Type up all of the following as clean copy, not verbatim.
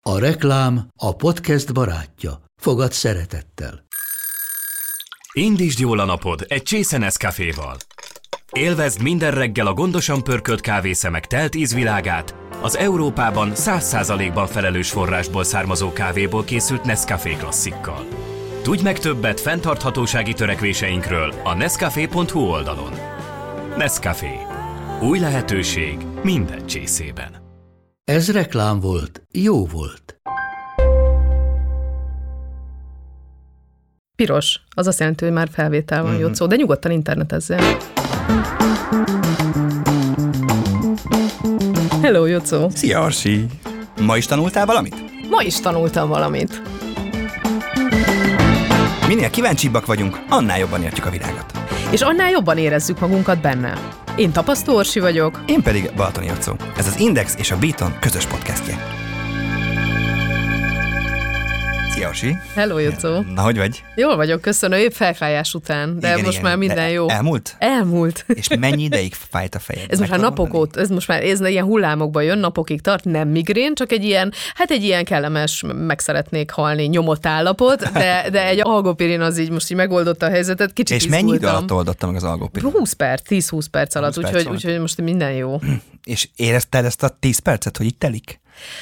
A reklám a podcast barátja. Fogad szeretettel. Indítsd jól a napod egy csésze Nescaféval. Élvezd minden reggel a gondosan pörkölt kávészemek telt ízvilágát, az Európában 100%-ban felelős forrásból származó kávéból készült Nescafé klasszikkal. Tudj meg többet fenntarthatósági törekvéseinkről a nescafé.hu oldalon. Nescafé. Új lehetőség minden csészében. Ez reklám volt, jó volt. Piros. Az azt jelenti, hogy már felvétel van, Jocó, de nyugodtan internetezzel. Hello, Jocó. Szia, Arsi. Ma is tanultál valamit? Ma is tanultam valamit. Minél kíváncsibbak vagyunk, annál jobban értjük a világot. És annál jobban érezzük magunkat benne. Én Tapasztó Orsi vagyok. Én pedig Balatoni Jocó. Ez az Index és a Beaton közös podcastje. Szia, Orsi. Hello, Jocó. Na, hogy vagy? Jól vagyok, köszönöm, épp felfájás után, de most már minden jó. Elmúlt? Elmúlt. És mennyi ideig fájt a fejed? Ez most már napok óta, ez ilyen hullámokban jön, napokig tart, nem migrén, csak egy ilyen kellemes, meg szeretnék halni nyomott állapot, de egy algopirin az így most így megoldotta a helyzetet, kicsit és izgultam. mennyi idő alatt oldotta meg az algopirin? 10-20 perc alatt, úgyhogy most minden jó. És érezted ezt a 10 percet, hogy itt telik?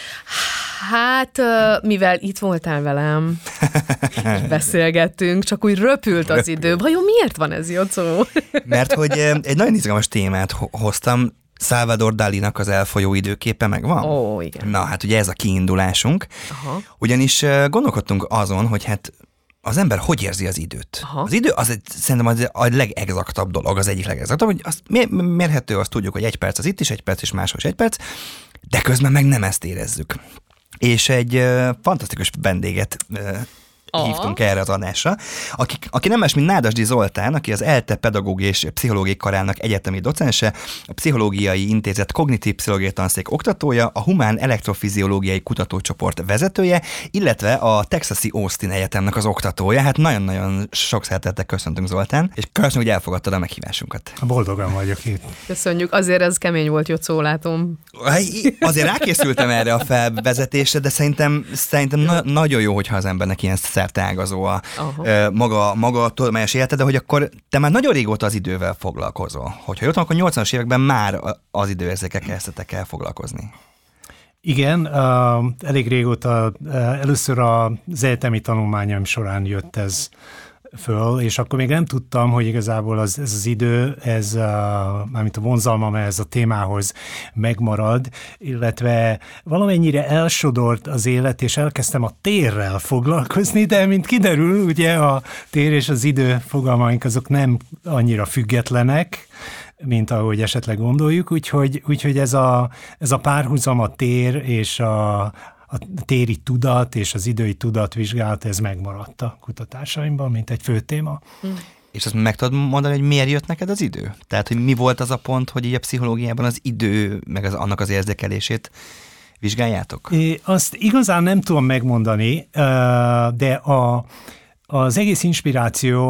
Hát, mivel itt voltál velem, beszélgettünk, csak úgy röpült az idő. Vajon miért van ez, Jocó? Mert hogy egy nagyon izgalmas témát hoztam, Salvador Dalinak az Elfolyó időképe megvan? Ó, igen. Na, hát ugye ez a kiindulásunk. Aha. Ugyanis gondolkodtunk azon, hogy hát az ember hogy érzi az időt. Aha. Az idő szerintem az a legexaktabb dolog, az egyik legexaktabb, hogy azt mérhető, azt tudjuk, hogy 1 perc az itt is 1 perc, és máshol is 1 perc, de közben meg nem ezt érezzük. És egy fantasztikus vendéget hívtunk erre az adásra, aki nem más, mint Nádasdy Zoltán, aki az ELTE pedagógiai és pszichológiai karának egyetemi docense, a Pszichológiai Intézet Kognitív Pszichológiai Tanszék oktatója, a Humán Elektrofiziológiai Kutatócsoport vezetője, illetve a Texasi Austin Egyetemnek az oktatója. Hát nagyon-nagyon sok szeretettel köszöntünk, Zoltán, és köszönjük, hogy elfogadtad a meghívásunkat. Boldogan vagyok itt. Köszönjük, azért ez kemény volt, Jocó, látom. Azért rákészültem erre a felvezetésre, de szerintem nagyon jó, hogyha az embernek ilyen szerteágazó a maga a tudományos élete, de hogy akkor te már nagyon régóta az idővel foglalkozol. Hogyha jól tudom, akkor 80-as években már az időérzékkel kezdtetek el foglalkozni. Igen, elég régóta, először az egyetemi tanulmányaim során jött ez föl, és akkor még nem tudtam, hogy igazából ez az idő, mármint a vonzalmam ez a témához megmarad, illetve valamennyire elsodort az élet, és elkezdtem a térrel foglalkozni, de mint kiderül, ugye a tér és az idő fogalmaink azok nem annyira függetlenek, mint ahogy esetleg gondoljuk, úgyhogy ez a párhuzam, a tér és a téri tudat és az idői tudat vizsgálat, ez megmaradt a kutatásaimban, mint egy fő téma. És azt meg tudod mondani, hogy miért jött neked az idő? Tehát, hogy mi volt az a pont, hogy így a pszichológiában az idő, meg annak az érzékelését vizsgáljátok? Azt igazán nem tudom megmondani, de az egész inspiráció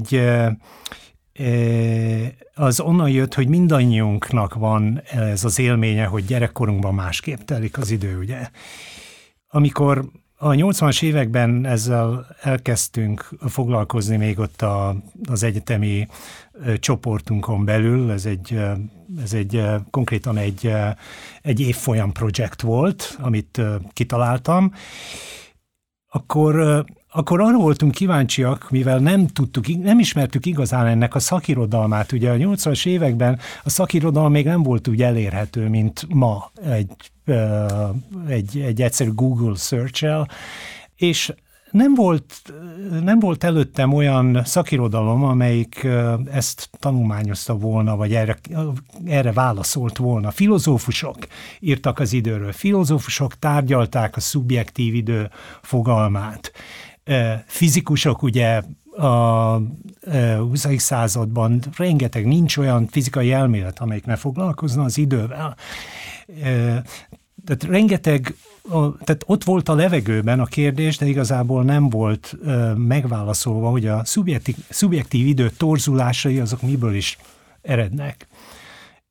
az onnan jött, hogy mindannyiunknak van ez az élménye, hogy gyerekkorunkban másképp telik az idő, ugye. Amikor a 80-as években ezzel elkezdtünk foglalkozni még ott az egyetemi csoportunkon belül, ez egy konkrétan egy évfolyam projekt volt, amit kitaláltam, akkor arra voltunk kíváncsiak, mivel nem ismertük igazán ennek a szakirodalmát. Ugye a 80-as években a szakirodalom még nem volt úgy elérhető, mint ma egy egyszerű Google search-el, és nem volt előttem olyan szakirodalom, amelyik ezt tanulmányozta volna, vagy erre válaszolt volna. Filozófusok írtak az időről. Filozófusok tárgyalták a szubjektív idő fogalmát. Fizikusok ugye a 20. században rengeteg, nincs olyan fizikai elmélet, amelyik ne foglalkozna az idővel. Tehát rengeteg, tehát ott volt a levegőben a kérdés, de igazából nem volt megválaszolva, hogy a szubjektív idő torzulásai azok miből is erednek.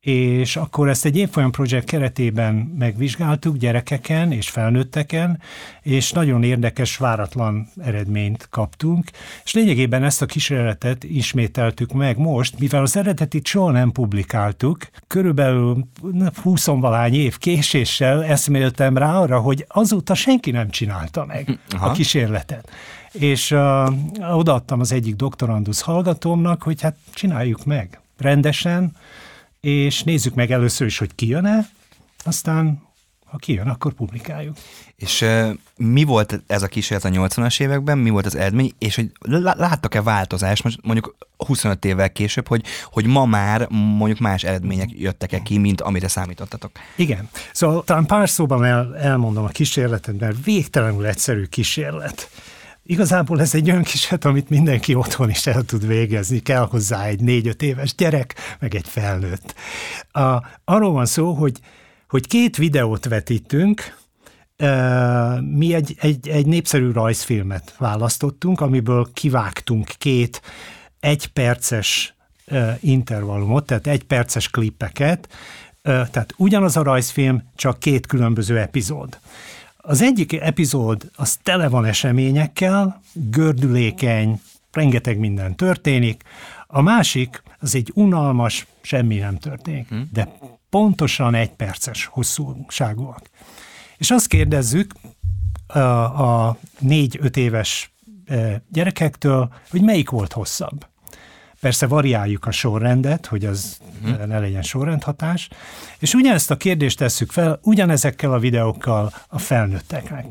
és akkor ezt egy évfolyam projekt keretében megvizsgáltuk gyerekeken és felnőtteken, és nagyon érdekes, váratlan eredményt kaptunk, és lényegében ezt a kísérletet ismételtük meg most, mivel az eredetit soha nem publikáltuk, körülbelül 20-valahány év késéssel eszméltem rá arra, hogy azóta senki nem csinálta meg a kísérletet. És odaadtam az egyik doktorandusz hallgatómnak, hogy hát csináljuk meg rendesen, és nézzük meg először is, hogy kijön-e, aztán, ha kijön, akkor publikáljuk. És mi volt ez a kísérlet a 80-as években, mi volt az eredmény, és hogy láttak-e változást, most mondjuk 25 évvel később, hogy ma már mondjuk más eredmények jöttek-e ki, mint amire számítottatok? Igen. Szóval talán pár szóban elmondom a kísérletet, mert végtelenül egyszerű kísérlet. Igazából ez egy olyan kísérlet, amit mindenki otthon is el tud végezni, kell hozzá egy 4-5 éves gyerek, meg egy felnőtt. Arról van szó, hogy 2 videót vetítünk, mi egy népszerű rajzfilmet választottunk, amiből kivágtunk 2 1-perces intervallumot, tehát 1 perces klippeket, tehát ugyanaz a rajzfilm, csak 2 különböző epizód. Az egyik epizód az tele van eseményekkel, gördülékeny, rengeteg minden történik, a másik az egy unalmas, semmi nem történik, de pontosan 1 perces hosszúságúak. És azt kérdezzük a 4-5 éves gyerekektől, hogy melyik volt hosszabb. Persze variáljuk a sorrendet, hogy az ne legyen sorrendhatás, és ugyanezt a kérdést tesszük fel ugyanezekkel a videókkal a felnőtteknek.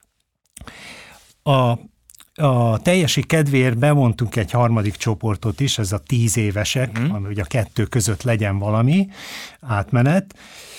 A teljesség kedvéért bevontunk egy harmadik csoportot is, ez a 10 évesek, hogy a 2 között legyen valami átmenet,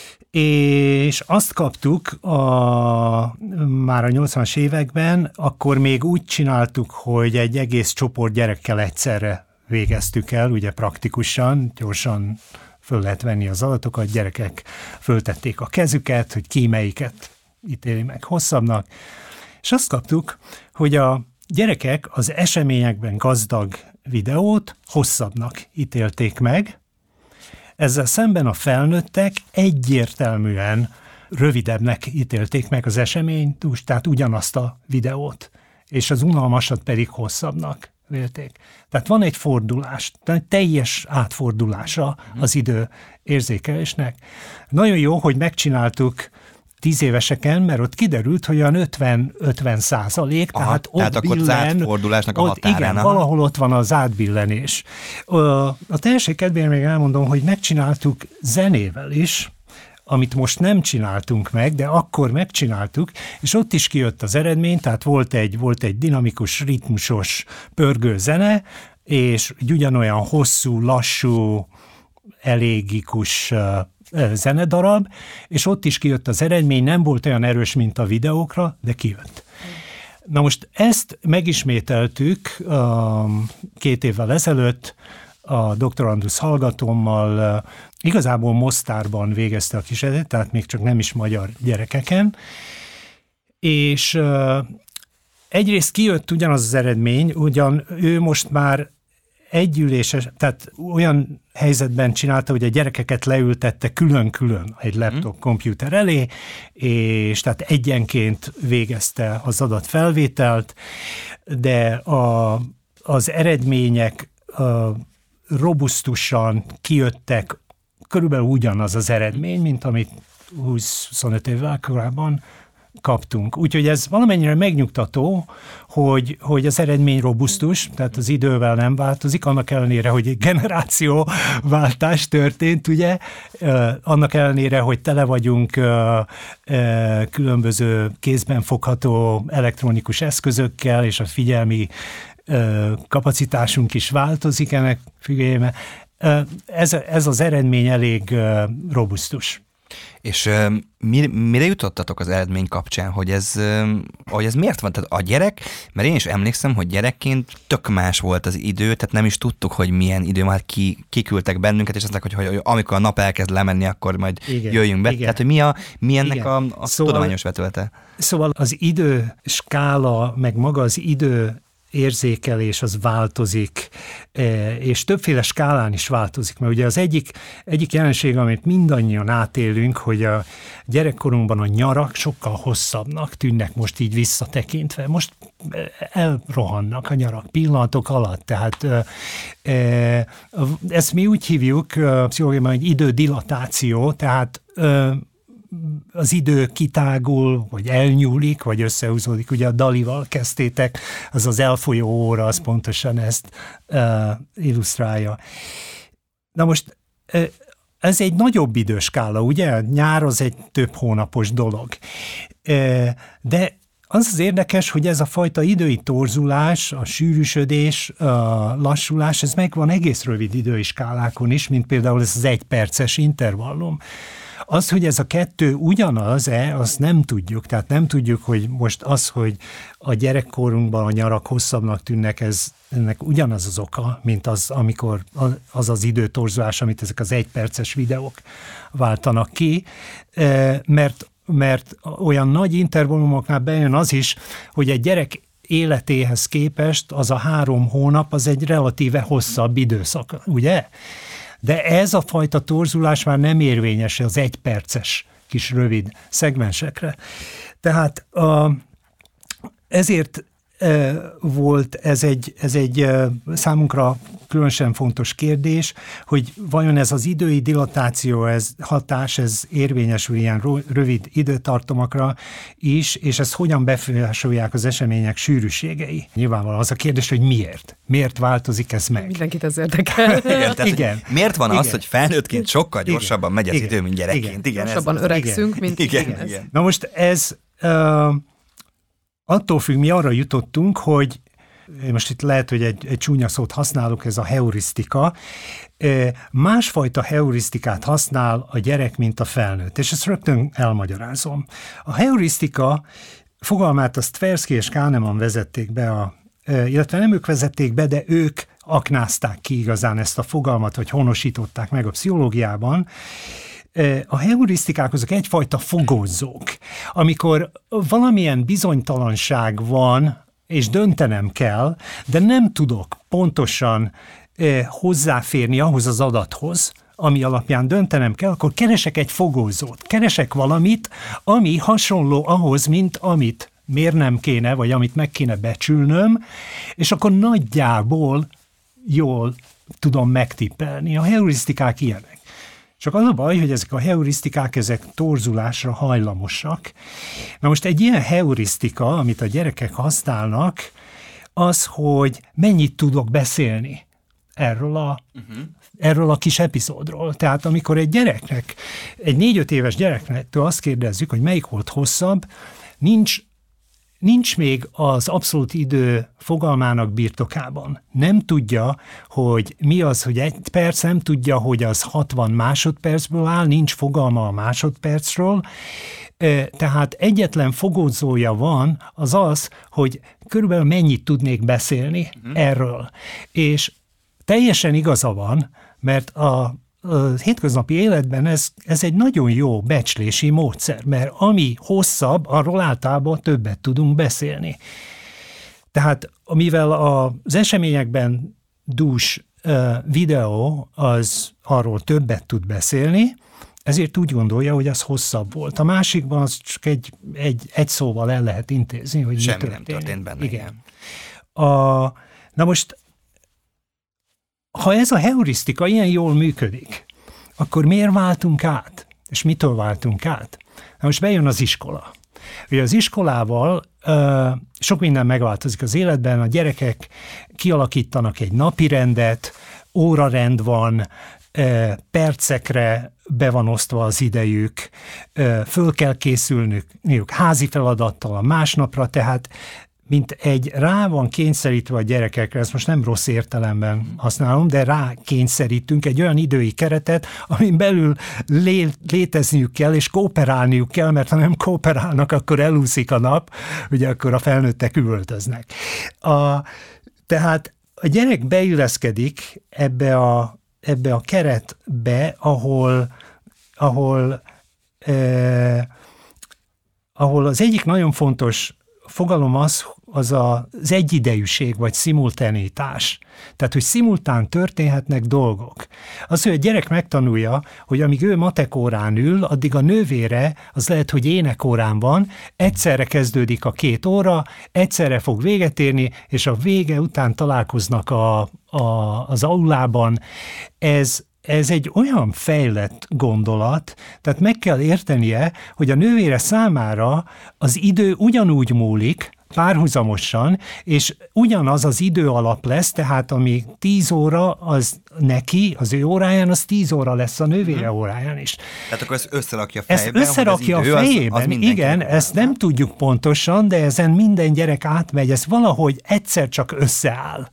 és azt kaptuk már a 80-as években, akkor még úgy csináltuk, hogy egy egész csoport gyerekkel egyszerre végeztük el, ugye praktikusan, gyorsan föl lehet venni az adatokat, gyerekek föltették a kezüket, hogy ki melyiket ítéli meg hosszabbnak, és azt kaptuk, hogy a gyerekek az eseményekben gazdag videót hosszabbnak ítélték meg, ezzel szemben a felnőttek egyértelműen rövidebbnek ítélték meg az eseményt, tehát ugyanazt a videót, és az unalmasat pedig hosszabbnak vélték. Tehát van egy fordulás, teljes átfordulása az idő érzékelésnek. Nagyon jó, hogy megcsináltuk 10 éveseken, mert ott kiderült, hogy olyan 50%, tehát ott tehát akkor az átfordulásnak a határán. Igen, valahol ott van az átbillenés. A teljesség kedvéért még elmondom, hogy megcsináltuk zenével is, amit most nem csináltunk meg, de akkor megcsináltuk, és ott is kijött az eredmény, tehát volt egy dinamikus, ritmusos, pörgő zene, és egy ugyanolyan hosszú, lassú, elégikus zenedarab, és ott is kijött az eredmény, nem volt olyan erős, mint a videókra, de kijött. Na most ezt megismételtük 2 évvel ezelőtt, a doktorandusz hallgatómmal, igazából Mostárban végezte a kísérletet, tehát még csak nem is magyar gyerekeken, és egyrészt kijött ugyanaz az eredmény, ugyan ő most már együléses, tehát olyan helyzetben csinálta, hogy a gyerekeket leültette külön-külön egy laptop komputer elé, és tehát egyenként végezte az adatfelvételt, de az eredmények robusztusan kijöttek, körülbelül ugyanaz az eredmény, mint amit 20-25 évvel korábban kaptunk. Úgyhogy ez valamennyire megnyugtató, hogy az eredmény robusztus, tehát az idővel nem változik, annak ellenére, hogy egy generációváltás történt, ugye, annak ellenére, hogy tele vagyunk különböző kézben fogható elektronikus eszközökkel, és a figyelmi kapacitásunk is változik ennek függvényében. Ez az eredmény elég robusztus. És mire jutottatok az eredmény kapcsán, hogy ez miért van? Tehát a gyerek, mert én is emlékszem, hogy gyerekként tök más volt az idő, tehát nem is tudtuk, hogy milyen idő, már kiküldtek bennünket, és azt mondták, hogy amikor a nap elkezd lemenni, akkor majd jöjjünk be. Igen. Tehát, hogy mi ennek a tudományos vetülete? Szóval az idő skála, meg maga az idő érzékelés az változik, és többféle skálán is változik, mert ugye az egyik jelenség, amit mindannyian átélünk, hogy a gyerekkorunkban a nyarak sokkal hosszabbnak tűnnek most így visszatekintve. Most elrohannak a nyarak pillanatok alatt, tehát ezt mi úgy hívjuk pszichológiában, hogy idődilatáció, tehát az idő kitágul, vagy elnyúlik, vagy összehúzódik. Ugye a Dalival kezdtétek, az elfolyó óra, az pontosan ezt illusztrálja. Na most ez egy nagyobb időskála, ugye? Nyár az egy több hónapos dolog. De az érdekes, hogy ez a fajta idői torzulás, a sűrűsödés, a lassulás, ez megvan egész rövid idői skálákon is, mint például ez az 1 perces intervallum. Az, hogy ez a kettő ugyanaz-e, azt nem tudjuk. Tehát nem tudjuk, hogy most az, hogy a gyerekkorunkban a nyarak hosszabbnak tűnnek, ennek ugyanaz az oka, mint az, amikor az időtorzulás, amit ezek az 1 perces videók váltanak ki, mert olyan nagy intervallumoknál bejön az is, hogy egy gyerek életéhez képest az a 3 hónap, az egy relatíve hosszabb időszak, ugye? De ez a fajta torzulás már nem érvényes az 1 perces kis rövid szegmensekre. Tehát ezért volt ez egy számunkra különösen fontos kérdés, hogy vajon ez az idői dilatáció, ez hatás, ez érvényesül ilyen rövid időtartamokra is, és ez hogyan befolyásolják az események sűrűségei. Nyilvánvalóan az a kérdés, hogy miért? Miért változik ez meg? Mindenkit ez érdekel. Igen. Miért van az, hogy felnőttként sokkal gyorsabban megy az idő, mint gyerekként? Igen. Gyorsabban öregszünk, mint igen. Na most ez... attól függ, mi arra jutottunk, hogy most itt lehet, hogy egy csúnya szót használok, ez a heurisztika. Másfajta heurisztikát használ a gyerek, mint a felnőtt, és ezt rögtön elmagyarázom. A heurisztika fogalmát azt Tversky és Kahneman vezették be, illetve nem ők vezették be, de ők aknázták ki igazán ezt a fogalmat, vagy honosították meg a pszichológiában. A heurisztikák azok egyfajta fogózók. Amikor valamilyen bizonytalanság van, és döntenem kell, de nem tudok pontosan hozzáférni ahhoz az adathoz, ami alapján döntenem kell, akkor keresek egy fogózót. Keresek valamit, ami hasonló ahhoz, mint amit mérnem kéne, vagy amit meg kéne becsülnöm, és akkor nagyjából jól tudom megtippelni. A heurisztikák ilyenek. Csak az a baj, hogy ezek a heurisztikák, ezek torzulásra hajlamosak. Na most egy ilyen heurisztika, amit a gyerekek használnak, az, hogy mennyit tudok beszélni erről a kis epizódról. Tehát amikor egy gyereknek, egy 4-5 éves gyereknektől azt kérdezzük, hogy melyik volt hosszabb, nincs még az abszolút idő fogalmának birtokában. Nem tudja, hogy mi az, hogy 1 perc, nem tudja, hogy az 60 másodpercből áll, nincs fogalma a másodpercről, tehát egyetlen fogózója van, az az, hogy körülbelül mennyit tudnék beszélni erről. És teljesen igaza van, mert a hétköznapi életben ez egy nagyon jó becslési módszer, mert ami hosszabb, arról általában többet tudunk beszélni. Tehát mivel az eseményekben dús videó az arról többet tud beszélni, ezért úgy gondolja, hogy az hosszabb volt. A másikban az csak egy szóval el lehet intézni, hogy semmi nem történt benne. Igen. Na most, ha ez a heurisztika ilyen jól működik, akkor miért váltunk át? És mitől váltunk át? Na most bejön az iskola. Ugye az iskolával sok minden megváltozik az életben, a gyerekek kialakítanak egy napirendet, órarend van, percekre be van osztva az idejük, föl kell készülniük házi feladattal a másnapra, tehát mint egy rá van kényszerítve a gyerekekre, ezt most nem rossz értelemben használom, de rá kényszerítünk egy olyan idői keretet, amin belül létezniük kell, és kooperálniuk kell, mert ha nem kooperálnak, akkor elúszik a nap, ugye akkor a felnőttek üvöltöznek. Tehát a gyerek beilleszkedik ebbe a keretbe, ahol az egyik nagyon fontos fogalom az, az az egyidejűség, vagy szimultanitás. Tehát, hogy szimultán történhetnek dolgok. Az, hogy a gyerek megtanulja, hogy amíg ő matekórán ül, addig a nővére, az lehet, hogy énekórán van, egyszerre kezdődik a 2 óra, egyszerre fog véget érni, és a vége után találkoznak az aulában. Ez egy olyan fejlett gondolat, tehát meg kell értenie, hogy a nővére számára az idő ugyanúgy múlik, párhuzamosan, és ugyanaz az idő alap lesz, tehát ami 10 óra, az neki, az ő óráján, az 10 óra lesz a nővére óráján is. Tehát akkor ezt összerakja fejben? Ezt összerakja a fejében, igen, ezt nem tudjuk pontosan, de ezen minden gyerek átmegy, ez valahogy egyszer csak összeáll.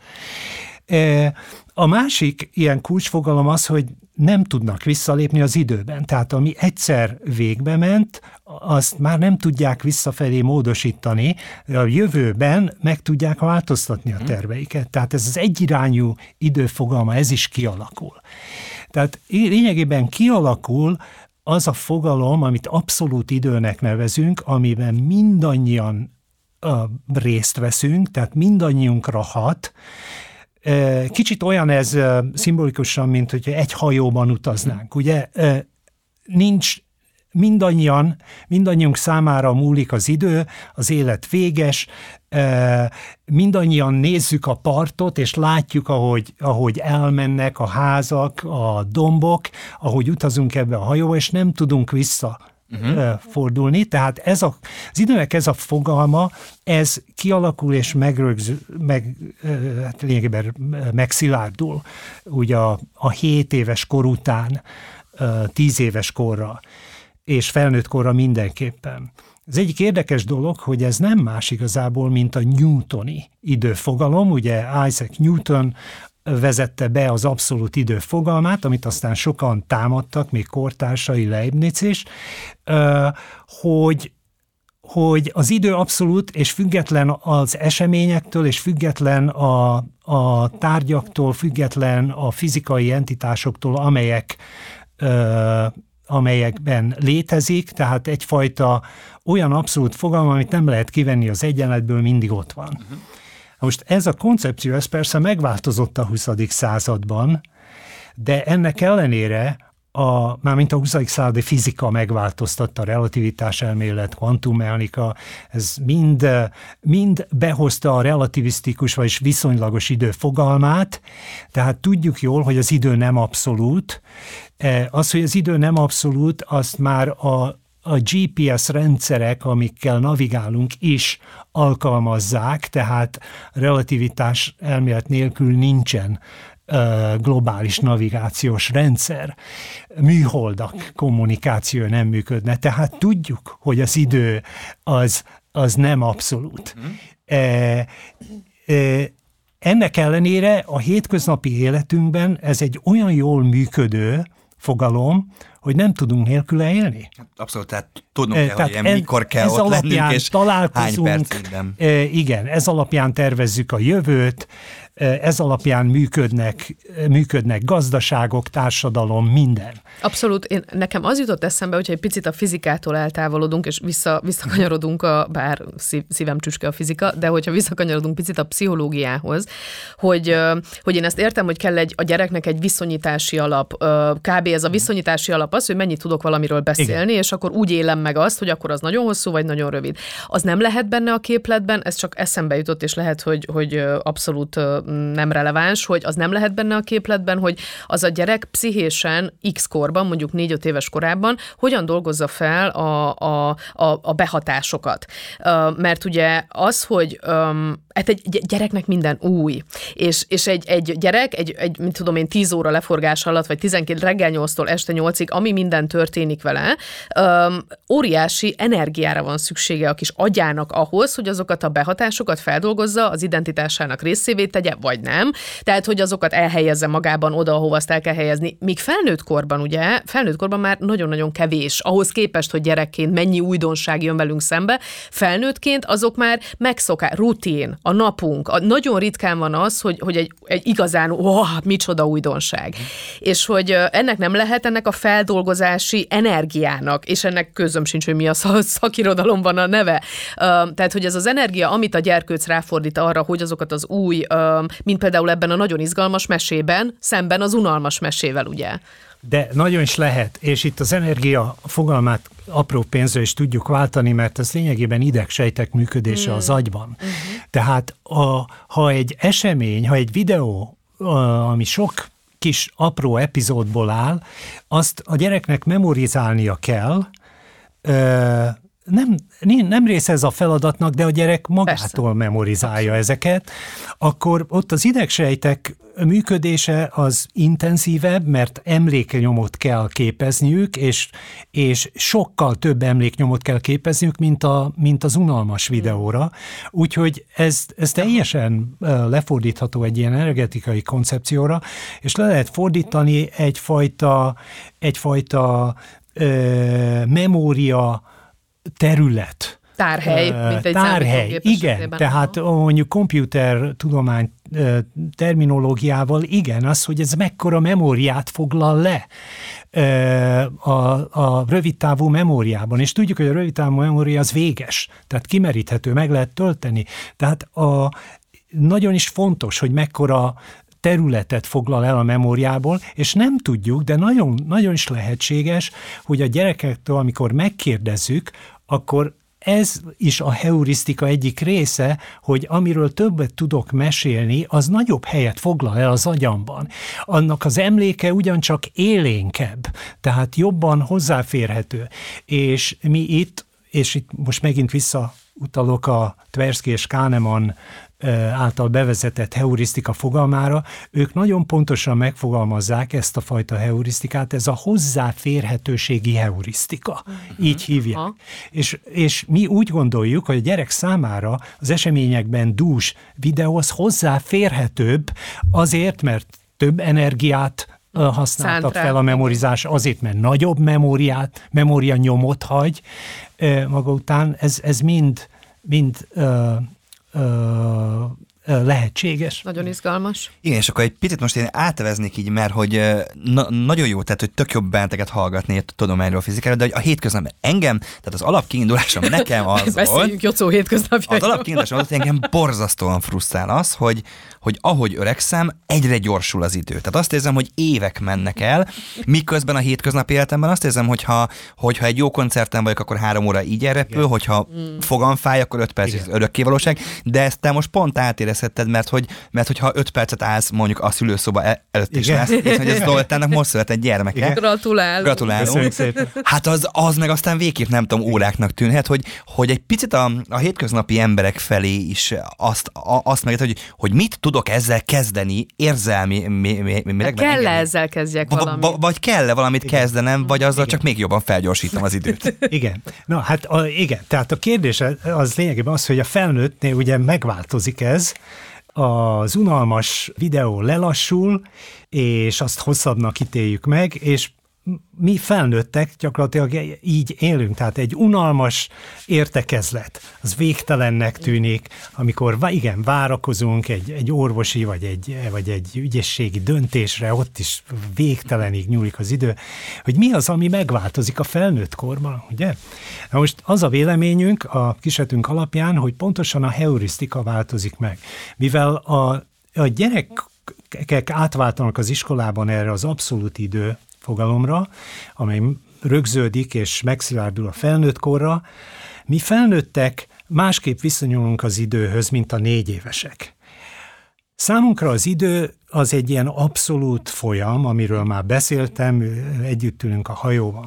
A másik ilyen kulcsfogalom az, hogy nem tudnak visszalépni az időben. Tehát ami egyszer végbe ment, azt már nem tudják visszafelé módosítani, a jövőben meg tudják változtatni a terveiket. Tehát ez az egyirányú időfogalma, ez is kialakul. Tehát lényegében kialakul az a fogalom, amit abszolút időnek nevezünk, amiben mindannyian részt veszünk, tehát mindannyiunkra hat. Kicsit olyan ez szimbolikusan, mint hogy egy hajóban utaznánk. Ugye nincs mindannyiunk számára múlik az idő, az élet véges, mindannyian nézzük a partot, és látjuk, ahogy elmennek a házak, a dombok, ahogy utazunk ebbe a hajóba, és nem tudunk fordulni, tehát az időnek ez a fogalma, ez kialakul és hát lényegében megszilárdul ugye a 7 éves kor után 10 éves korra, és felnőtt korra mindenképpen. Az egyik érdekes dolog, hogy ez nem más igazából, mint a newtoni időfogalom, ugye Isaac Newton vezette be az abszolút idő fogalmát, amit aztán sokan támadtak, még kortársai, Leibniz is, hogy az idő abszolút és független az eseményektől, és független a tárgyaktól, független a fizikai entitásoktól, amelyekben létezik, tehát egyfajta olyan abszolút fogalma, amit nem lehet kivenni az egyenletből, mindig ott van. Most ez a koncepció, ez persze megváltozott a 20. században, de ennek ellenére mármint a 20. századi fizika megváltoztatta, a relativitás elmélet, kvantummechanika, ez mind behozta a relativisztikus, vagyis viszonylagos idő fogalmát, tehát tudjuk jól, hogy az idő nem abszolút. Az, hogy az idő nem abszolút, azt már a GPS rendszerek, amikkel navigálunk is alkalmazzák, tehát relativitás elmélet nélkül nincsen globális navigációs rendszer, műholdak kommunikáció nem működne, tehát tudjuk, hogy az idő az nem abszolút. Ennek ellenére a hétköznapi életünkben ez egy olyan jól működő fogalom, hogy nem tudunk nélküle élni. Abszolút, tehát tudnunk kell, hogy mikor kell ott lennünk, és hány perc minden. Igen, ez alapján tervezzük a jövőt, ez alapján működnek gazdaságok, társadalom, minden. Abszolút. Nekem az jutott eszembe, hogyha egy picit a fizikától eltávolodunk, és visszakanyarodunk, bár szívem csücske a fizika, de hogyha visszakanyarodunk picit a pszichológiához, hogy én ezt értem, hogy kell a gyereknek egy viszonyítási alap. Kb. Ez a viszonyítási alap az, hogy mennyit tudok valamiről beszélni, igen. És akkor úgy élem meg azt, hogy akkor az nagyon hosszú, vagy nagyon rövid. Az nem lehet benne a képletben, ez csak eszembe jutott, és lehet, hogy abszolút nem releváns, hogy az nem lehet benne a képletben, hogy az a gyerek pszichésen X korban, mondjuk 4-5 éves korában hogyan dolgozza fel a behatásokat. Mert ugye az, hogy egy gyereknek minden új, és egy gyerek, mit tudom én, 10 óra leforgás alatt, vagy 12 reggel 8-tól este 8-ig, ami minden történik vele, óriási energiára van szüksége a kis agyának ahhoz, hogy azokat a behatásokat feldolgozza, az identitásának részévé tegye, vagy nem. Tehát, hogy azokat elhelyezze magában oda, ahova azt el kell helyezni. Míg felnőtt korban már nagyon-nagyon kevés, ahhoz képest, hogy gyerekként mennyi újdonság jön velünk szembe, felnőttként azok már rutin. a napunk. Nagyon ritkán van az, hogy egy igazán, micsoda újdonság. És hogy ennek nem lehet ennek a feldolgozási energiának, és ennek közöm sincs, hogy mi a szakirodalomban a neve. Tehát, hogy ez az energia, amit a gyerkőc ráfordít arra, hogy azokat az új, mint például ebben a nagyon izgalmas mesében, szemben az unalmas mesével, ugye? De nagyon is lehet, és itt az energia fogalmát apró pénzre is tudjuk váltani, mert ez lényegében idegsejtek működése az agyban. Tehát ha egy esemény, ha egy videó, ami sok kis apró epizódból áll, azt a gyereknek memorizálnia kell, nem része ez a feladatnak, de a gyerek magától memorizálja ezeket, akkor ott az idegsejtek működése az intenzívebb, mert emléknyomot kell képezniük, és sokkal több emléknyomot kell képezniük, mint az unalmas videóra. Úgyhogy ez teljesen lefordítható egy ilyen energetikai koncepcióra, és le lehet fordítani egyfajta memória terület. Tárhely, mint egy tárhely, igen, tehát mondjuk komputertudomány terminológiával igen, az, hogy ez mekkora memóriát foglal le a rövidtávú memóriában, és tudjuk, hogy a rövidtávú memória az véges, tehát kimeríthető, meg lehet tölteni. Tehát nagyon is fontos, hogy mekkora területet foglal el a memóriából, és nem tudjuk, de nagyon, nagyon is lehetséges, hogy a gyerekektől, amikor megkérdezzük, akkor ez is a heurisztika egyik része, hogy amiről többet tudok mesélni, az nagyobb helyet foglal el az agyamban. Annak az emléke ugyancsak élénkebb, tehát jobban hozzáférhető. És mi itt most megint visszautalok a Tversky és Kahneman által bevezetett heurisztika fogalmára, ők nagyon pontosan megfogalmazzák ezt a fajta heurisztikát, ez a hozzáférhetőségi heurisztika. Így hívják. És mi úgy gondoljuk, hogy a gyerek számára az eseményekben dús videó az hozzáférhetőbb azért, mert több energiát használtak fel a memorizás, azért, mert nagyobb memória nyomot hagy maga után. Ez mind lehetséges. Nagyon izgalmas. Igen, és akkor egy picit most én átveznék így, mert hogy nagyon jó, tehát hogy tök jobb benneteket hallgatni a tudományról, fizikáról, de hogy a hétköznap engem, tehát az alapkiindulásom nekem az Beszéljünk Jocó hétköznapjairól. Az alapkiindulásom az, hogy engem borzasztóan frusztrál az, hogy ahogy öregszem, egyre gyorsul az idő. Tehát azt érzem, hogy évek mennek el, miközben a hétköznapi életemben azt érzem, hogyha egy jó koncerten vagyok, akkor 3 óra így elrepül, hogyha fogam fáj, akkor 5 perc örökkévalóság, de ezt te most pont átérezhetted, mert hogyha 5 percet állsz mondjuk a szülőszoba előtt is lesz, és hogy ez Zoltánnak most született gyermeke. Gratulálunk. Hát az meg aztán végképp nem tudom, óráknak tűnhet, hogy egy picit a hétköznapi emberek felé is azt meg, hogy mit tudok ezzel kezdeni érzelmileg. Kell-e ezzel kezdjek valamit? Vagy kell-e valamit kezdenem, vagy azzal csak még jobban felgyorsítom az időt. Igen. Na, hát igen. Tehát a kérdés az lényegében az, hogy a felnőttnél ugye megváltozik ez, az unalmas videó lelassul, és azt hosszabbnak ítéljük meg, és mi felnőttek gyakorlatilag így élünk, tehát egy unalmas értekezlet, az végtelennek tűnik, amikor várakozunk egy orvosi vagy egy ügyességi döntésre, ott is végtelenig nyúlik az idő, hogy mi az, ami megváltozik a felnőtt korban, ugye? Na most az a véleményünk a kísérletünk alapján, hogy pontosan a heurisztika változik meg, mivel a gyerekek átváltanak az iskolában erre az abszolút idő fogalomra, amely rögződik és megszilárdul a felnőtt korra. Mi felnőttek másképp viszonyulunk az időhöz, mint a 4 évesek. Számunkra az idő az egy ilyen abszolút folyam, amiről már beszéltem, együtt ülünk a hajóban.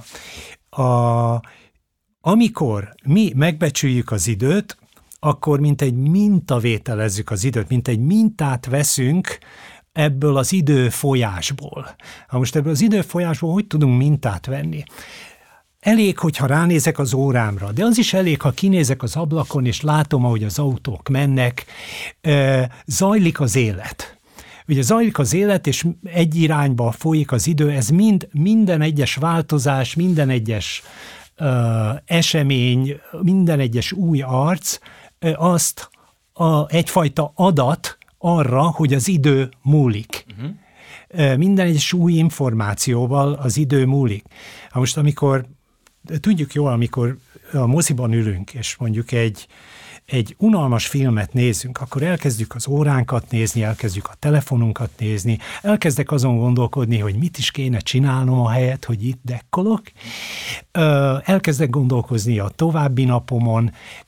Amikor mi megbecsüljük az időt, akkor mint egy mintavételezzük az időt, mint egy mintát veszünk ebből az időfolyásból. Most ebből az időfolyásból hogy tudunk mintát venni? Elég, hogyha ránézek az órámra, de az is elég, ha kinézek az ablakon, és látom, ahogy az autók mennek, zajlik az élet. Ugye zajlik az élet, és egy irányba folyik az idő, ez minden egyes változás, minden egyes esemény, minden egyes új arc azt egyfajta adat arra, hogy az idő múlik. Minden egyes új információval az idő múlik. Most tudjuk jól, amikor a moziban ülünk, és mondjuk egy unalmas filmet nézünk, akkor elkezdjük az óránkat nézni, elkezdjük a telefonunkat nézni, elkezdek azon gondolkodni, hogy mit is kéne csinálnom a helyet, hogy itt dekkolok. Elkezdek gondolkozni a további napomon.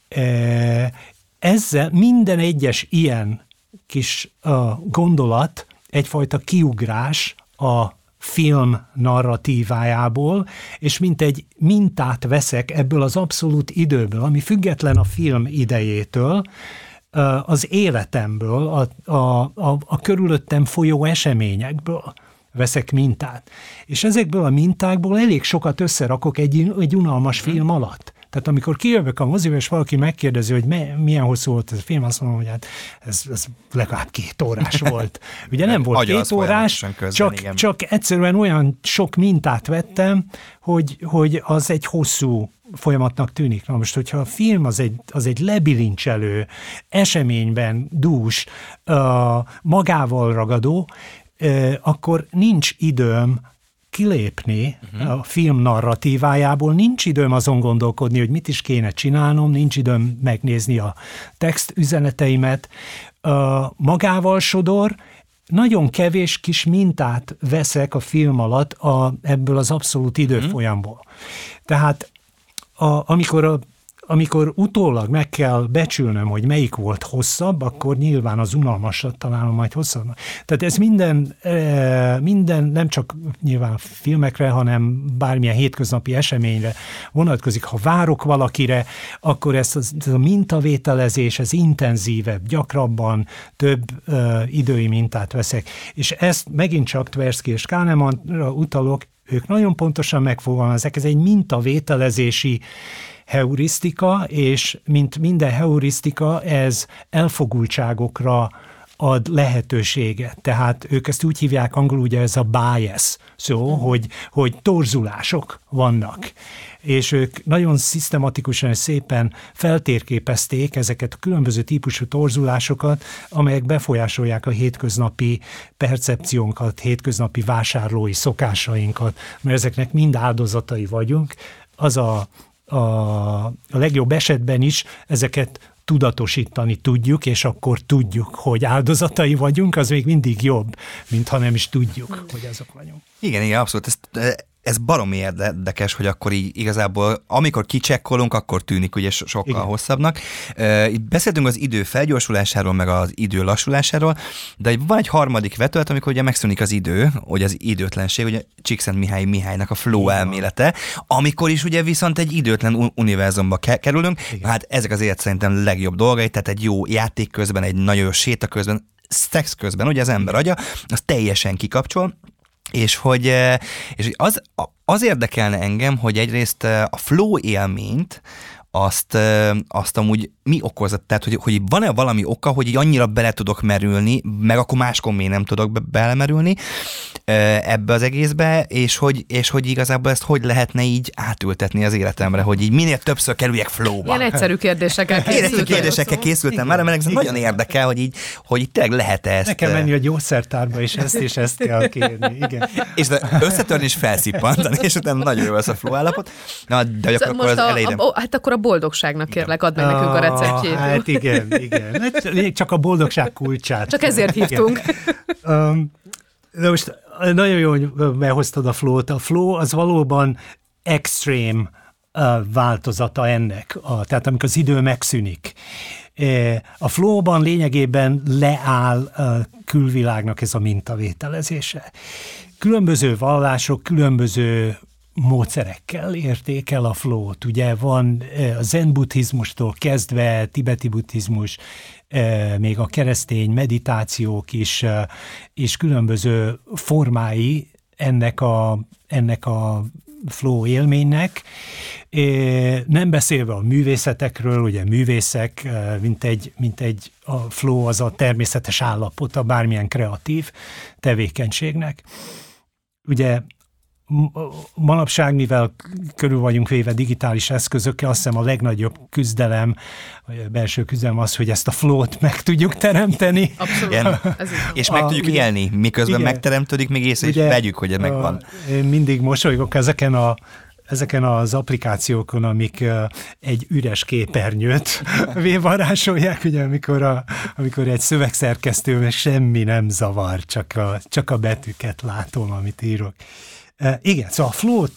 Ezzel minden egyes ilyen kis gondolat egyfajta kiugrás a film narratívájából, és mint egy mintát veszek ebből az abszolút időből, ami független a film idejétől, az életemből, a körülöttem folyó eseményekből veszek mintát. És ezekből a mintákból elég sokat összerakok egy unalmas film alatt. Tehát amikor kijövök a moziba, és valaki megkérdezi, hogy milyen hosszú volt ez a film, azt mondom, hogy hát ez legalább 2 órás volt. Ugye nem volt 2 órás, csak egyszerűen olyan sok mintát vettem, hogy az egy hosszú folyamatnak tűnik. Na most, hogyha a film az egy lebilincselő, eseményben dús, magával ragadó, akkor nincs időm kilépni a film narratívájából, nincs időm azon gondolkodni, hogy mit is kéne csinálnom, nincs időm megnézni a textüzeneteimet. Magával sodor, nagyon kevés kis mintát veszek a film alatt ebből az abszolút időfolyamból. Tehát amikor utólag meg kell becsülnöm, hogy melyik volt hosszabb, akkor nyilván az unalmasat találom majd hosszabb. Tehát ez minden nem csak nyilván a filmekre, hanem bármilyen hétköznapi eseményre vonatkozik. Ha várok valakire, akkor ez a mintavételezés, ez intenzívebb, gyakrabban több idői mintát veszek. És ezt megint csak Tversky és Kahnemanra utalok, ők nagyon pontosan megfogalmazzák, ez egy mintavételezési heurisztika, és mint minden heurisztika, ez elfogultságokra ad lehetőséget. Tehát ők ezt úgy hívják angolul, ugye ez a bias szó, hogy torzulások vannak. És ők nagyon szisztematikusan és szépen feltérképezték ezeket a különböző típusú torzulásokat, amelyek befolyásolják a hétköznapi percepciónkat, hétköznapi vásárlói szokásainkat, mert ezeknek mind áldozatai vagyunk. Az a legjobb esetben is ezeket tudatosítani tudjuk, és akkor tudjuk, hogy áldozatai vagyunk, az még mindig jobb, mint ha nem is tudjuk, hogy azok vagyunk. Igen, abszolút. Ez baromi érdekes, hogy akkor így igazából, amikor kicsekkolunk, akkor tűnik ugye sokkal hosszabbnak. Itt beszéltünk az idő felgyorsulásáról, meg az idő lassulásáról, de van egy harmadik vetület, amikor ugye megszűnik az idő, hogy az időtlenség, ugye Csíkszentmihalyi-Mihálynak a flow elmélete, amikor is ugye viszont egy időtlen univerzumba kerülünk. Hát ezek az élet szerintem legjobb dolgai, tehát egy jó játék közben, egy nagyon jó séta közben, szex közben, ugye az ember agya, az teljesen kikapcsol. És hogy az érdekelne engem, hogy egyrészt a flow élményt, azt amúgy mi okozza? Tehát, hogy van-e valami oka, hogy így annyira bele tudok merülni, meg akkor máskor még nem tudok belemerülni ebbe az egészbe, és hogy igazából ezt hogy lehetne így átültetni az életemre, hogy így minél többször kerüljek flowba. Ilyen egyszerű kérdésekkel készültem már, mert ez nagyon érdekel, hogy így tényleg lehet ezt. Nekem menni a gyógyszertárba, és ezt kell kérni. Igen. És összetörni és felszipantani, és utána nagyon jó lesz a flow állapot. Na, de akkor az elején... Hát akkor a boldogságnak kérlek, add meg nekünk a receptjét. Hát igen. Csak a boldogság kulcsát. Csak ezért hívtunk. De most nagyon jó, hogy behoztad a flow-t. A flow az valóban extrém változata ennek. Tehát amikor az idő megszűnik. A flow-ban lényegében leáll a külvilágnak ez a mintavételezése. Különböző vallások, különböző módszerekkel érték el a flow-t. Ugye van a zen buddhizmustól kezdve, tibeti buddhizmus, még a keresztény meditációk is, és különböző formái ennek a flow élménynek. Nem beszélve a művészetekről, ugye művészek, mint egy a flow az a természetes állapota bármilyen kreatív tevékenységnek. Ugye manapság, mivel körül vagyunk véve digitális eszközökkel, azt hiszem a legnagyobb küzdelem, vagy a belső küzdelem az, hogy ezt a flow-t meg tudjuk teremteni. Abszolút. És meg tudjuk élni, miközben megteremtődik, még észre is vegyük, hogy ez megvan. Én mindig mosolygok ezeken az applikációkon, amik egy üres képernyőt varázsolják, ugye, amikor egy szövegszerkesztőben semmi nem zavar, csak a betűket látom, amit írok. Igen, szóval a flow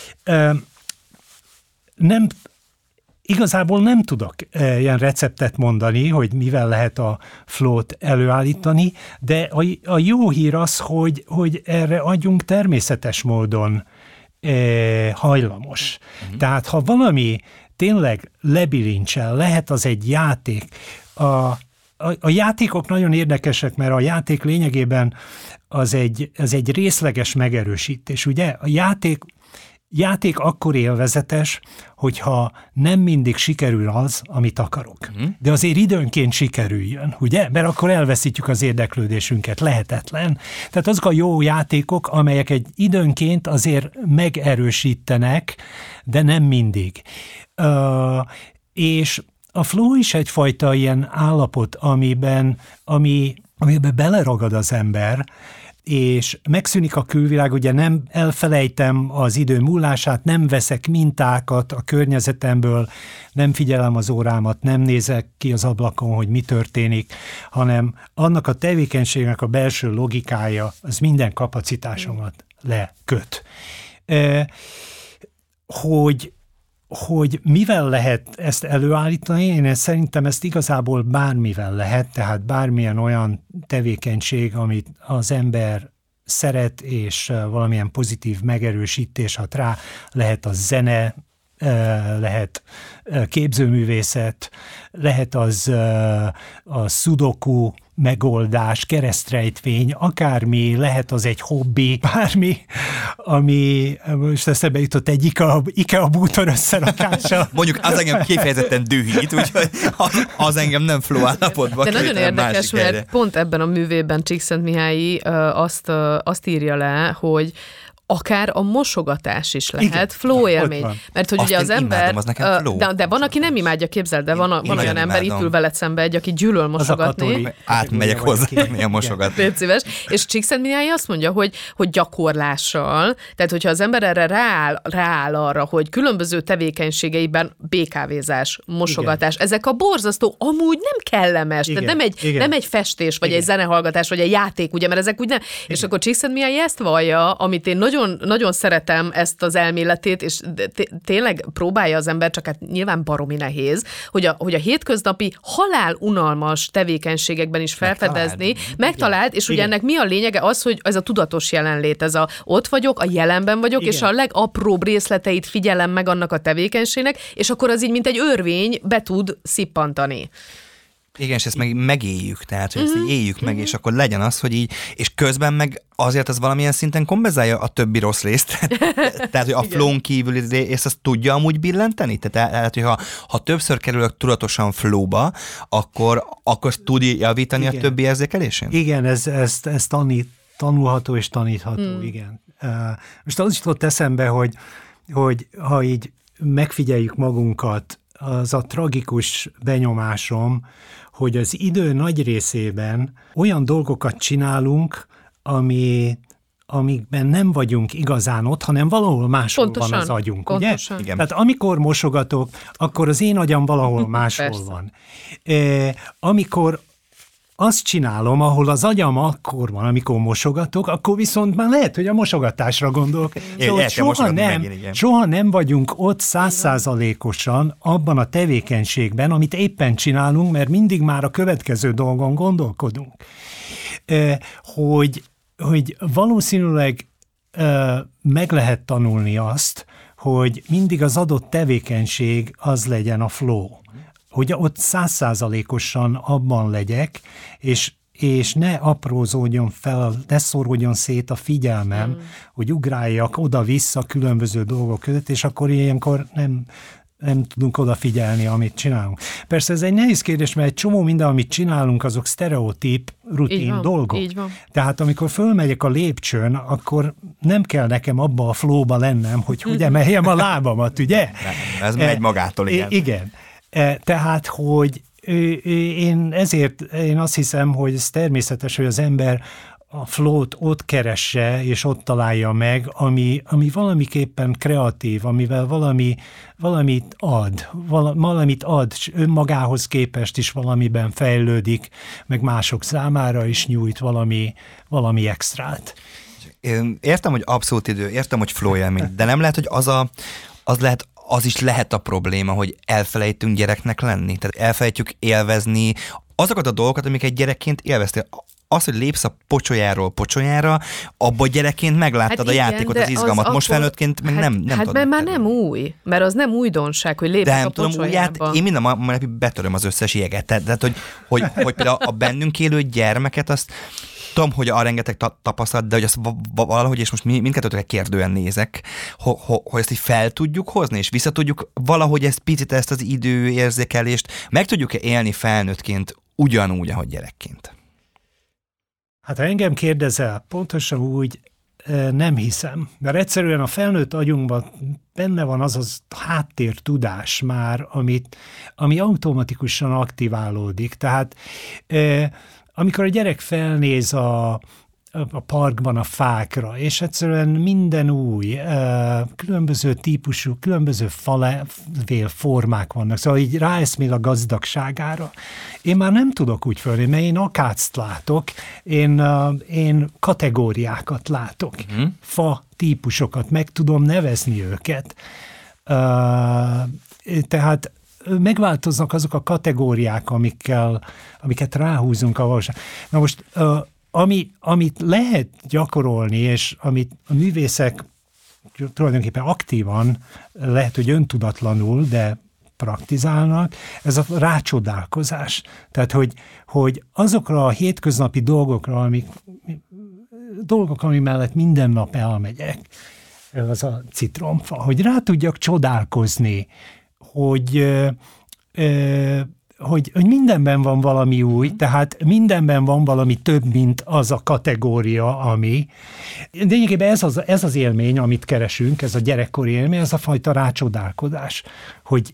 igazából nem tudok ilyen receptet mondani, hogy mivel lehet a flow-t előállítani, de a jó hír az, hogy erre agyunk természetes módon hajlamos. Tehát ha valami tényleg lebilincsel, lehet az egy játék. A játékok nagyon érdekesek, mert a játék lényegében az egy részleges megerősítés. Ugye a játék akkor élvezetes, hogyha nem mindig sikerül az, amit akarok. De azért időnként sikerüljön, ugye? Mert akkor elveszítjük az érdeklődésünket. Lehetetlen. Tehát azok a jó játékok, amelyek egy időnként azért megerősítenek, de nem mindig. És a flow is egyfajta ilyen állapot, amiben beleragad az ember, és megszűnik a külvilág, ugye nem elfelejtem az idő múlását, nem veszek mintákat a környezetemből, nem figyelem az órámat, nem nézek ki az ablakon, hogy mi történik, hanem annak a tevékenységnek a belső logikája, az minden kapacitásomat leköt. Hogy mivel lehet ezt előállítani, én szerintem ezt igazából bármivel lehet, tehát bármilyen olyan tevékenység, amit az ember szeret, és valamilyen pozitív megerősítés hat rá, lehet a zene, lehet képzőművészet, lehet az a sudoku megoldás, keresztrejtvény, akármi, lehet az egy hobbi, bármi, ami most eszembe jutott egy IKEA bútor összerakása. Mondjuk az engem kifejezetten dühít, úgyhogy az engem nem flow állapotban. De nagyon érdekes, mert pont ebben a művében Csíkszentmihályi azt írja le, hogy akár a mosogatás is lehet. Igen, flow élmény. Mert hogy ugye az ember... De van, aki nem imádja, képzeld, de van olyan ember, itt ül veled szembe egy, aki gyűlöl mosogatni. Átmegyek hozzá, a mosogatni. Légy szíves. És Csíkszentmihályi azt mondja, hogy gyakorlással, tehát hogyha az ember erre rááll arra, hogy különböző tevékenységeiben BKV-zás, mosogatás, igen. Ezek a borzasztó, amúgy nem kellemes, igen, tehát nem egy festés, vagy igen. Egy zenehallgatás, vagy egy játék, ugye, mert ezek úgy nem. Igen. És akkor Csíkszentmihályi ezt vallja, amit én nagyon, nagyon szeretem ezt az elméletét, és tényleg próbálja az ember, csak hát nyilván baromi nehéz, hogy a hétköznapi halálunalmas tevékenységekben is felfedezni, megtalált, és ugye ennek mi a lényege? Az, hogy ez a tudatos jelenlét, ez ott vagyok, a jelenben vagyok, igen. És a legapróbb részleteit figyelem meg annak a tevékenységnek, és akkor az így, mint egy örvény, be tud szippantani. Igen, és ezt megéljük, tehát hogy ezt így éljük meg, és akkor legyen az, hogy így, és közben meg azért az valamilyen szinten kompenzálja a többi rossz részt. Tehát, hogy a flow-n kívüli részt azt tudja amúgy billenteni? Tehát, hogy ha többször kerülök tudatosan flow-ba, akkor tud javítani igen. A többi érzékelésén? Igen, ez tanulható és tanítható, igen. Most az is jutott eszembe, hogy ha így megfigyeljük magunkat, az a tragikus benyomásom, hogy az idő nagy részében olyan dolgokat csinálunk, amikben nem vagyunk igazán ott, hanem valahol máshol pontosan, van az agyunk, pontosan. Ugye? Igen. Tehát amikor mosogatok, akkor az én agyam valahol máshol van. Amikor azt csinálom, ahol az agyam akkor van, amikor mosogatok, akkor viszont már lehet, hogy a mosogatásra gondolok. Soha nem vagyunk ott 100%-osan abban a tevékenységben, amit éppen csinálunk, mert mindig már a következő dolgon gondolkodunk. Hogy valószínűleg meg lehet tanulni azt, hogy mindig az adott tevékenység az legyen a flow. Hogy ott 100%-osan abban legyek, és ne aprózódjon fel, ne szóródjon szét a figyelmem, hogy ugráljak oda-vissza különböző dolgok között, és akkor ilyenkor nem tudunk odafigyelni, amit csinálunk. Persze ez egy nehéz kérdés, mert egy csomó minden, amit csinálunk, azok sztereotíp, rutin dolgok. Így van. Tehát amikor fölmegyek a lépcsőn, akkor nem kell nekem abba a flóba lennem, hogy emeljem a lábamat, ugye? Nem, ez megy magától, igen. Igen. Tehát, hogy én azt hiszem, hogy ez természetes, hogy az ember a flót ott keresse, és ott találja meg, ami valamiképpen kreatív, amivel valamit ad, önmagához képest is valamiben fejlődik, meg mások számára is nyújt valami extrát. Én értem, hogy abszolút idő, értem, hogy flow élmény, de nem lehet, hogy az is lehet a probléma, hogy elfelejtünk gyereknek lenni. Tehát elfelejtjük élvezni azokat a dolgokat, amiket gyerekként élveztél. Az, hogy lépsz a pocsolyára, abban gyerekként megláttad a játékot, az izgalmat. Most felnőttként meg nem tudod. Mert már nem új, mert az nem újdonság, hogy lépsz a pocsolyába. Én minden napig betöröm az összes jeget. Tehát, hogy például a bennünk élő gyermeket, azt tudom, hogy a rengeteg tapasztalat, de hogy azt valahogy, és most mindkettőtre kérdően nézek, hogy ezt így fel tudjuk hozni, és vissza tudjuk valahogy ezt az időérzékelést, meg tudjuk-e élni felnőttként ugyanúgy, ahogy gyerekként? Hát ha engem kérdezel, pontosan úgy nem hiszem, mert egyszerűen a felnőtt agyunkban benne van az háttértudás már, ami automatikusan aktiválódik. Tehát amikor a gyerek felnéz a parkban a fákra, és egyszerűen minden új, különböző típusú, különböző formák vannak, szóval így ráeszmél a gazdagságára. Én már nem tudok úgy fölni, mert én akácst látok, én kategóriákat látok, fa típusokat, meg tudom nevezni őket. Tehát megváltoznak azok a kategóriák, amiket ráhúzunk a valóság. Na most amit lehet gyakorolni, és amit a művészek tulajdonképpen aktívan, lehet, hogy öntudatlanul, de praktizálnak, ez a rácsodálkozás. Tehát, hogy azokra a hétköznapi dolgokra, ami mellett minden nap elmegyek, az a citromfa, hogy rá tudjak csodálkozni, hogy mindenben van valami új, tehát mindenben van valami több, mint az a kategória, ami. De lényegében ez az élmény, amit keresünk, ez a gyerekkori élmény, ez a fajta rácsodálkozás, hogy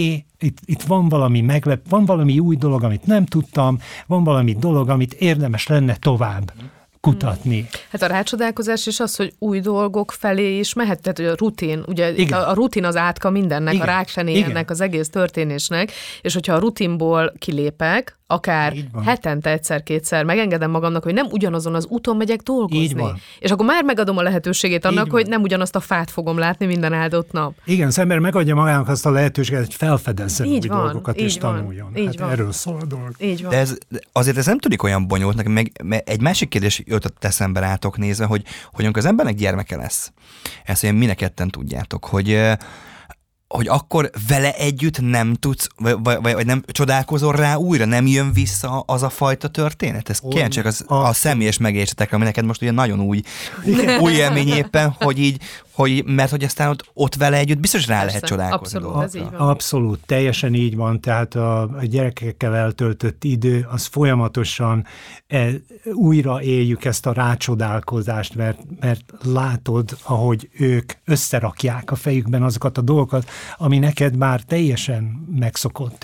itt van valami van valami új dolog, amit nem tudtam, van valami dolog, amit érdemes lenne tovább kutatni. Hát a rácsodálkozás is az, hogy új dolgok felé is mehet, tehát hogy a rutin, ugye a rutin az átka mindennek, igen, a ráksenéjennek, az egész történésnek, és hogyha a rutinból kilépek, akár hetente egyszer-kétszer megengedem magamnak, hogy nem ugyanazon az úton megyek dolgozni. És akkor már megadom a lehetőségét annak, hogy nem ugyanazt a fát fogom látni minden áldott nap. Igen, az ember megadja magának azt a lehetőséget, hogy felfedezzen új dolgokat, és tanuljon. Erről szól a dolog. De azért ez nem tudik olyan bonyolult, nekem meg egy másik kérdés jutott eszembe rátok nézve, hogy amikor az embernek gyermeke lesz, ezt olyan mindenketten tudjátok, hogy akkor vele együtt nem tudsz, vagy nem csodálkozol rá újra, nem jön vissza az a fajta történet? Ez kíváncsiak a személyes megélésetekre, ami neked most ugye nagyon új élmény éppen, mert hogy aztán ott vele együtt biztos rá lehet csodálkozni. Abszolút, teljesen így van, tehát a gyerekekkel eltöltött idő, az folyamatosan újra éljük ezt a rácsodálkozást, mert látod, ahogy ők összerakják a fejükben azokat a dolgokat, ami neked már teljesen megszokott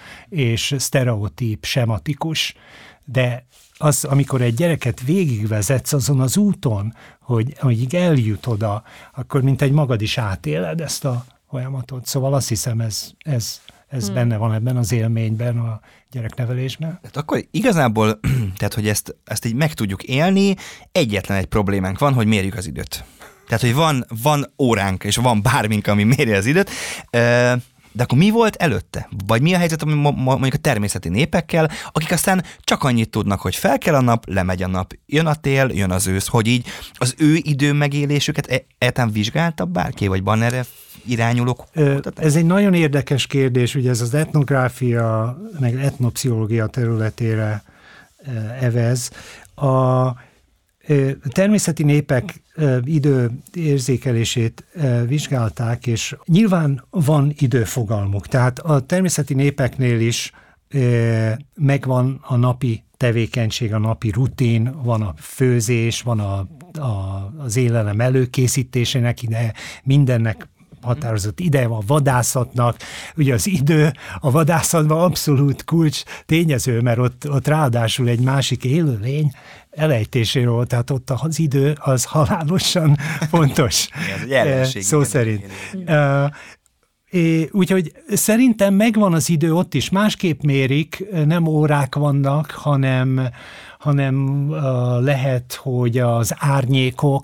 és sztereotíp, sematikus, de az, amikor egy gyereket végigvezetsz azon az úton, hogy eljut oda, akkor mint egy magad is átéled ezt a folyamatot. Szóval azt hiszem, ez benne van ebben az élményben, a gyereknevelésben. Tehát akkor igazából, tehát hogy ezt így meg tudjuk élni, egyetlen egy problémánk van, hogy mérjük az időt. Tehát, hogy van óránk, és van bármink, ami méri az időt, de akkor mi volt előtte? Vagy mi a helyzet mondjuk a természeti népekkel, akik aztán csak annyit tudnak, hogy fel kell a nap, lemegy a nap, jön a tél, jön az ősz, hogy így az ő idő megélésüket egyáltalán vizsgálta bárki, vagy van erre irányuló kutatás? Ez egy nagyon érdekes kérdés, ugye ez az etnográfia, meg etnopszichológia területére evez. természeti népek időérzékelését vizsgálták, és nyilván van időfogalmuk. Tehát a természeti népeknél is megvan a napi tevékenység, a napi rutin, van a főzés, van az élelem előkészítésének ide, mindennek határozott ideje van, vadászatnak. Ugye az idő a vadászatban abszolút kulcs tényező, mert ott ráadásul egy másik élőlény elejtéséről, tehát ott az idő az halálosan fontos. Szó szerint. Úgyhogy szerintem megvan az idő ott is. Másképp mérik, nem órák vannak, hanem lehet, hogy az árnyékok,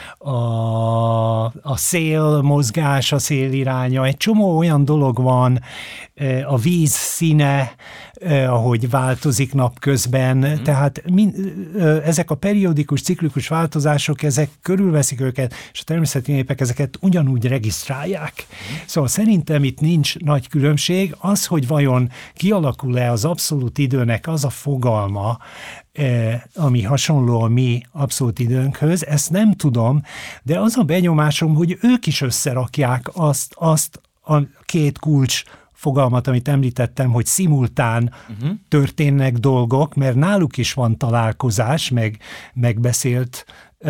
a szél mozgás, a szél iránya, egy csomó olyan dolog van, a víz színe, ahogy változik napközben, tehát ezek a periódikus, ciklikus változások, ezek körülveszik őket, és a természeti népek ezeket ugyanúgy regisztrálják. Szóval szerintem itt nincs nagy különbség. Az, hogy vajon kialakul-e az abszolút időnek az a fogalma, ami hasonló a mi abszolút időnkhöz, ezt nem tudom, de az a benyomásom, hogy ők is összerakják azt a két kulcs fogalmat, amit említettem, hogy szimultán történnek dolgok, mert náluk is van találkozás, megbeszélt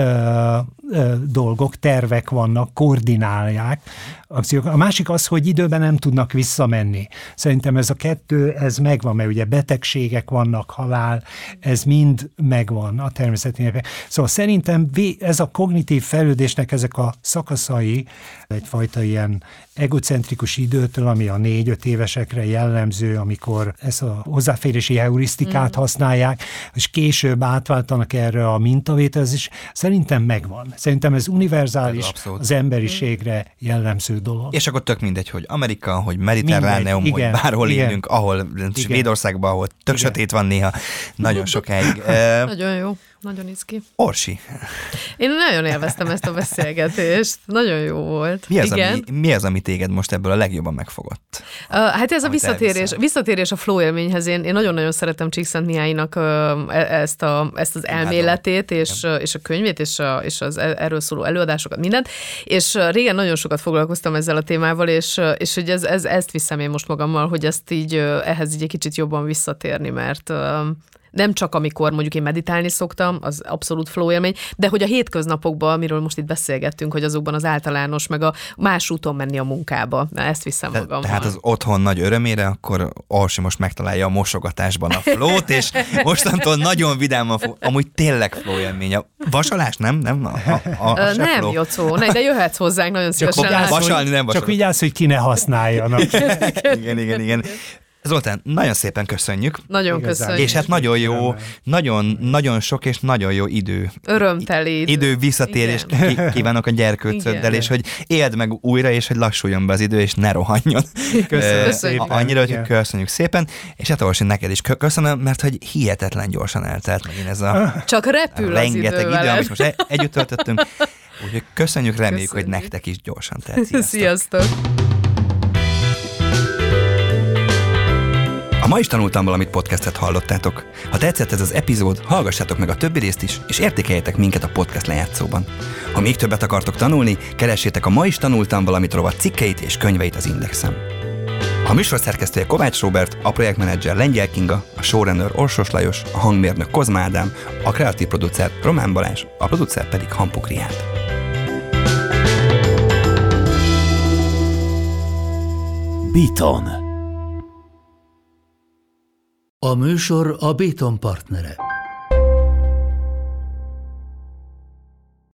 dolgok, tervek vannak, koordinálják akciók. A másik az, hogy időben nem tudnak visszamenni. Szerintem ez a kettő, ez megvan, mert ugye betegségek vannak, halál, ez mind megvan a természeti népek. Szóval szerintem ez a kognitív fejlődésnek ezek a szakaszai, egyfajta ilyen egocentrikus időtől, ami a 4-5 évesekre jellemző, amikor ezt a hozzáférési heurisztikát használják, és később átváltanak erre a mintavételhez is, szerintem megvan. Szerintem ez univerzális, az emberiségre jellemző dolog. És akkor tök mindegy, hogy Amerika, hogy Mediterráneum, hogy bárhol élünk, ahol Svédországban, ahol tök sötét van néha, nagyon sokáig. Nagyon jó. Nagyon izgi. Orsi. Én nagyon élveztem ezt a beszélgetést. Nagyon jó volt. Mi az, ami téged most ebből a legjobban megfogott? Hát ez a visszatérés a flow élményhez. Én nagyon-nagyon szeretem Csíkszentmihalyinak ezt az elméletét, és a könyvét, és az erről szóló előadásokat, mindent. És régen nagyon sokat foglalkoztam ezzel a témával, és hogy ezt viszem én most magammal, hogy ezt így ehhez így egy kicsit jobban visszatérni, mert nem csak amikor mondjuk én meditálni szoktam, az abszolút flow élmény, de hogy a hétköznapokban, amiről most itt beszélgettünk, hogy azokban az általános, meg a más úton menni a munkába. Na, ezt viszem magammal. Tehát az otthon nagy örömére, akkor Orsi most megtalálja a mosogatásban a flow-t, és mostantól nagyon vidáman amúgy tényleg flow élmény. A vasalás nem? Nem, Jocó, de jöhetsz hozzánk nagyon szívesen. Vasalni nem vasalni. Csak vigyázz, hogy ki ne használjanak. Igen. Zoltán, nagyon szépen köszönjük. Nagyon köszönjük. És hát nagyon jó, nagyon sok és nagyon jó idő. Örömteli idő visszatérést kívánok a gyerkőcöddel, és hogy éld meg újra, és hogy lassuljon be az idő, és ne rohanjon. Köszönjük. Annyira, hogy köszönjük szépen, és hát Orsi, neked is köszönöm, mert hogy hihetetlen gyorsan eltelt megint ez a csak repül az rengeteg idő, amit most együtt töltöttünk. Úgyhogy köszönjük, reméljük, hogy nektek is gyorsan telt. Sziasztok! A Ma is tanultam valamit podcastet hallottátok. Ha tetszett ez az epizód, hallgassátok meg a többi részt is, és értékeljetek minket a podcast lejátszóban. Ha még többet akartok tanulni, keressétek a Ma is tanultam valamit rovat cikkeit és könyveit az Indexen. A műsor szerkesztője Kovács Róbert, a projektmenedzser Lengyel Kinga, a showrunner Orsos Lajos, a hangmérnök Kozma Ádám, a kreatív producer Román Balázs, a producer pedig Hampuk Riád. Beaton. A műsor a Beaton partnere.